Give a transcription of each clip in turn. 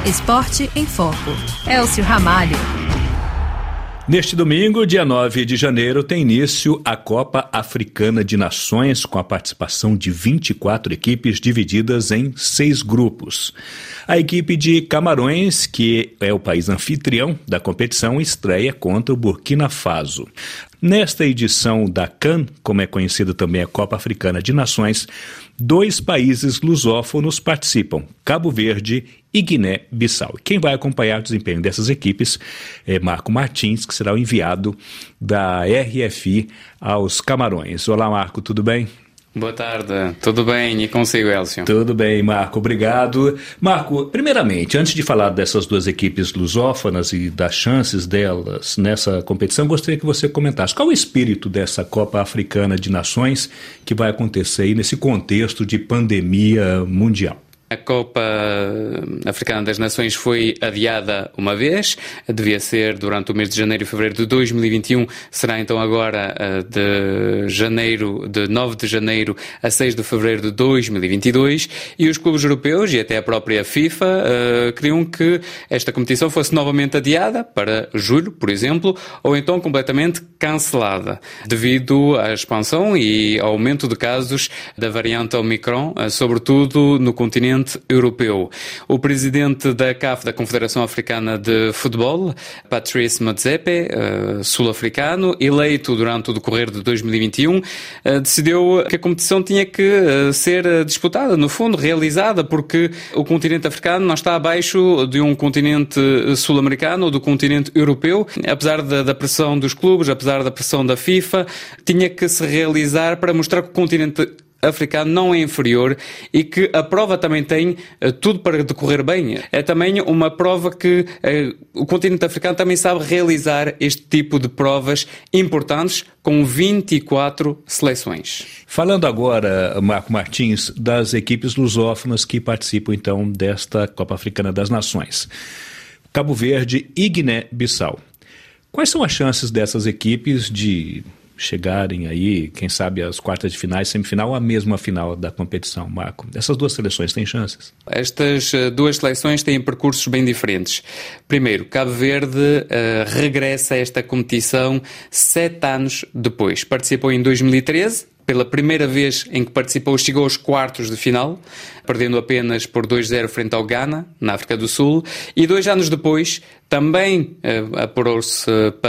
Esporte em Foco. Elcio Ramalho. Neste domingo, dia 9 de janeiro, tem início a Copa Africana de Nações, com a participação de 24 equipes divididas em 6 grupos. A equipe de Camarões, que é o país anfitrião da competição, estreia contra o Burkina Faso. Nesta edição da CAN, como é conhecida também a Copa Africana de Nações, 2 países lusófonos participam, Cabo Verde e Guiné-Bissau. Quem vai acompanhar o desempenho dessas equipes é Marco Martins, que será o enviado da RFI aos Camarões. Olá, Marco, tudo bem? Boa tarde, tudo bem? E consigo, Elcio? Tudo bem, Marco, obrigado. Marco, primeiramente, antes de falar dessas 2 equipes lusófonas e das chances delas nessa competição, gostaria que você comentasse qual é o espírito dessa Copa Africana de Nações que vai acontecer aí nesse contexto de pandemia mundial. A Copa Africana das Nações foi adiada uma vez, devia ser durante o mês de janeiro e fevereiro de 2021, será então agora de 9 de janeiro a 6 de fevereiro de 2022, e os clubes europeus e até a própria FIFA queriam que esta competição fosse novamente adiada para julho, por exemplo, ou então completamente cancelada, devido à expansão e ao aumento de casos da variante Omicron, sobretudo no continente europeu. O presidente da CAF, da Confederação Africana de Futebol, Patrice Motsepe, sul-africano, eleito durante o decorrer de 2021, decidiu que a competição tinha que ser disputada, no fundo, realizada, porque o continente africano não está abaixo de um continente sul-americano ou do continente europeu. Apesar da pressão dos clubes, apesar da pressão da FIFA, tinha que se realizar para mostrar que o continente africano não é inferior e que a prova também tem tudo para decorrer bem. É também uma prova que o continente africano também sabe realizar este tipo de provas importantes com 24 seleções. Falando agora, Marco Martins, das equipes lusófonas que participam então desta Copa Africana das Nações, Cabo Verde e Guiné-Bissau. Quais são as chances dessas equipes de chegarem aí, quem sabe, às quartas de finais, semifinal ou a mesma final da competição, Marco? Essas 2 seleções têm chances? Estas 2 seleções têm percursos bem diferentes. Primeiro, Cabo Verde regressa a esta competição 7 anos depois. Participou em 2013, pela primeira vez em que participou, chegou aos quartos de final, perdendo apenas por 2-0 frente ao Ghana, na África do Sul, e 2 anos depois também apurou-se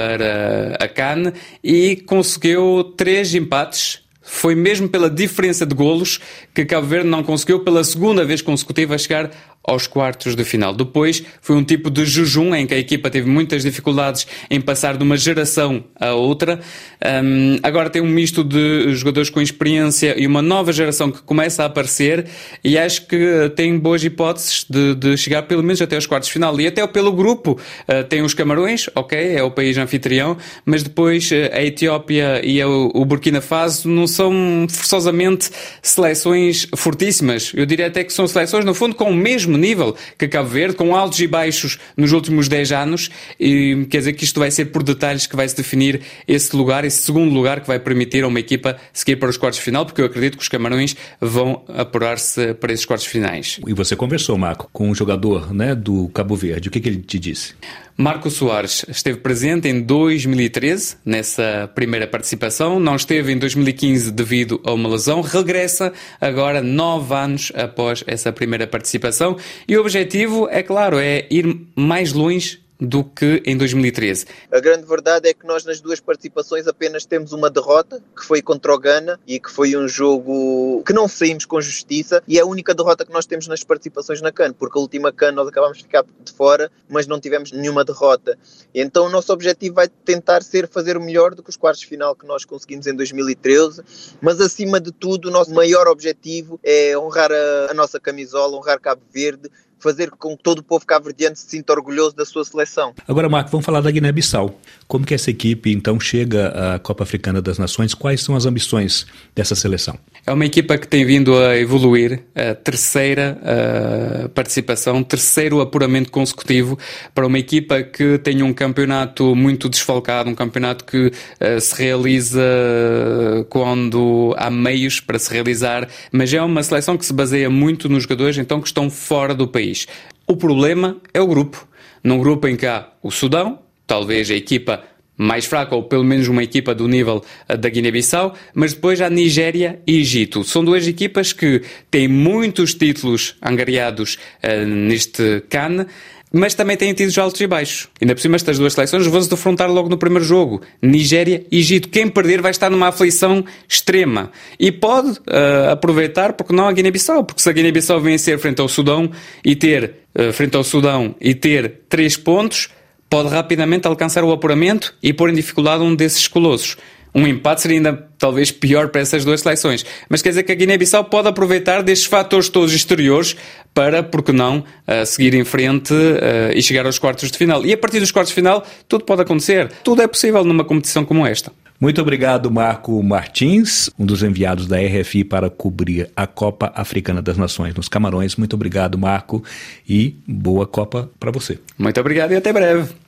para a CAN e conseguiu 3 empates. Foi mesmo pela diferença de golos que Cabo Verde não conseguiu pela segunda vez consecutiva chegar aos quartos de final. Depois foi um tipo de jejum em que a equipa teve muitas dificuldades em passar de uma geração a outra. Agora tem um misto de jogadores com experiência e uma nova geração que começa a aparecer, e acho que tem boas hipóteses de chegar pelo menos até aos quartos de final. E até pelo grupo tem os Camarões, ok, é o país anfitrião, mas depois a Etiópia e o Burkina Faso não são forçosamente seleções fortíssimas. Eu diria até que são seleções, no fundo, com o mesmo nível que Cabo Verde, com altos e baixos nos últimos 10 anos, e quer dizer que isto vai ser por detalhes que vai se definir esse lugar, esse segundo lugar que vai permitir a uma equipa seguir para os quartos de final, porque eu acredito que os Camarões vão apurar-se para esses quartos finais. E você conversou, Marco, com um jogador, né, do Cabo Verde. O que ele te disse? Marco Soares esteve presente em 2013, nessa primeira participação, não esteve em 2015 devido a uma lesão, regressa agora 9 anos após essa primeira participação, e o objetivo, é claro, é ir mais longe do que em 2013. A grande verdade é que nós nas 2 participações apenas temos uma derrota, que foi contra o Ghana, e que foi um jogo que não saímos com justiça, e é a única derrota que nós temos nas participações na CAN, porque a última CAN nós acabámos de ficar de fora, mas não tivemos nenhuma derrota. Então o nosso objetivo vai tentar ser fazer o melhor do que os quartos de final que nós conseguimos em 2013, mas acima de tudo o nosso maior objetivo é honrar a nossa camisola, honrar Cabo Verde, fazer com que todo o povo cabo-verdiano se sinta orgulhoso da sua seleção. Agora, Marco, vamos falar da Guiné-Bissau. Como que essa equipe, então, chega à Copa Africana das Nações? Quais são as ambições dessa seleção? É uma equipa que tem vindo a evoluir, a terceira participação, terceiro apuramento consecutivo para uma equipa que tem um campeonato muito desfalcado, um campeonato que se realiza quando há meios para se realizar, mas é uma seleção que se baseia muito nos jogadores então que estão fora do país. país. O problema é o grupo. Num grupo em que há o Sudão, talvez a equipa mais fraca, ou pelo menos uma equipa do nível da Guiné-Bissau, mas depois há Nigéria e Egito. São duas equipas que têm muitos títulos angariados neste CAN, mas também têm tidos altos e baixos. Ainda por cima, estas duas seleções vão-se defrontar logo no primeiro jogo. Nigéria e Egito. Quem perder vai estar numa aflição extrema. E pode aproveitar, porque não a Guiné-Bissau. Porque se a Guiné-Bissau vencer frente ao Sudão e ter 3 pontos, pode rapidamente alcançar o apuramento e pôr em dificuldade um desses colossos. Um empate seria ainda talvez pior para essas duas seleções. Mas quer dizer que a Guiné-Bissau pode aproveitar destes fatores todos exteriores para, porque não, seguir em frente e chegar aos quartos de final. E a partir dos quartos de final, tudo pode acontecer. Tudo é possível numa competição como esta. Muito obrigado, Marco Martins, um dos enviados da RFI para cobrir a Copa Africana das Nações nos Camarões. Muito obrigado, Marco, e boa Copa para você. Muito obrigado e até breve.